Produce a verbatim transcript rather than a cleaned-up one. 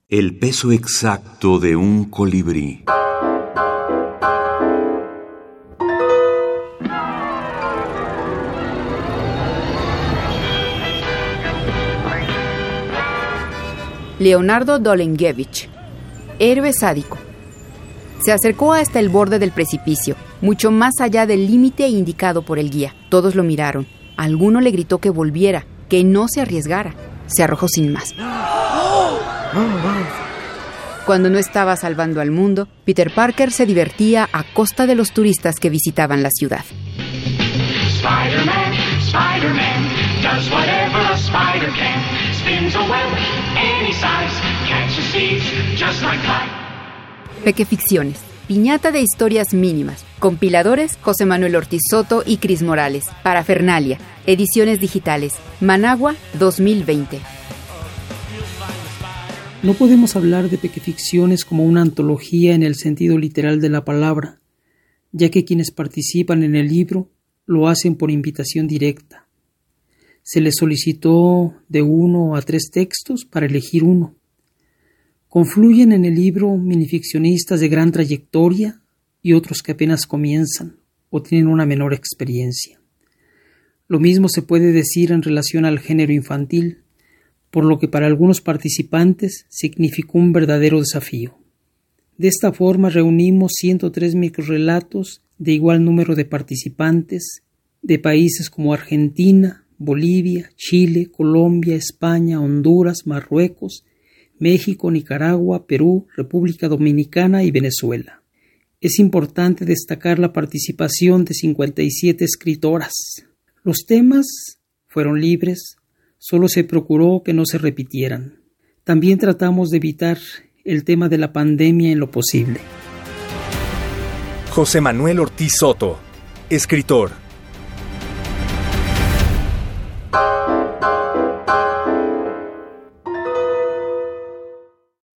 El peso exacto de un colibrí. Leonardo Dolenjevich, héroe sádico. Se acercó hasta el borde del precipicio, mucho más allá del límite indicado por el guía. Todos lo miraron. Alguno le gritó que volviera, que no se arriesgara. Se arrojó sin más. Cuando no estaba salvando al mundo, Peter Parker se divertía a costa de los turistas que visitaban la ciudad. Spider-Man, Spider-Man, does whatever a spider can. Spins a web any size, catches thieves just like fly. Pequeficciones, piñata de historias mínimas. Compiladores, José Manuel Ortiz Soto y Cris Morales. Parafernalia, ediciones digitales. Managua, dos mil veinte. No podemos hablar de Pequeficciones como una antología en el sentido literal de la palabra, ya que quienes participan en el libro lo hacen por invitación directa. Se les solicitó de uno a tres textos para elegir uno. Confluyen en el libro minificcionistas de gran trayectoria y otros que apenas comienzan o tienen una menor experiencia. Lo mismo se puede decir en relación al género infantil, por lo que para algunos participantes significó un verdadero desafío. De esta forma reunimos ciento tres microrrelatos de igual número de participantes de países como Argentina, Bolivia, Chile, Colombia, España, Honduras, Marruecos, México, Nicaragua, Perú, República Dominicana y Venezuela. Es importante destacar la participación de cincuenta y siete escritoras. Los temas fueron libres, solo se procuró que no se repitieran. También tratamos de evitar el tema de la pandemia en lo posible. José Manuel Ortiz Soto, escritor.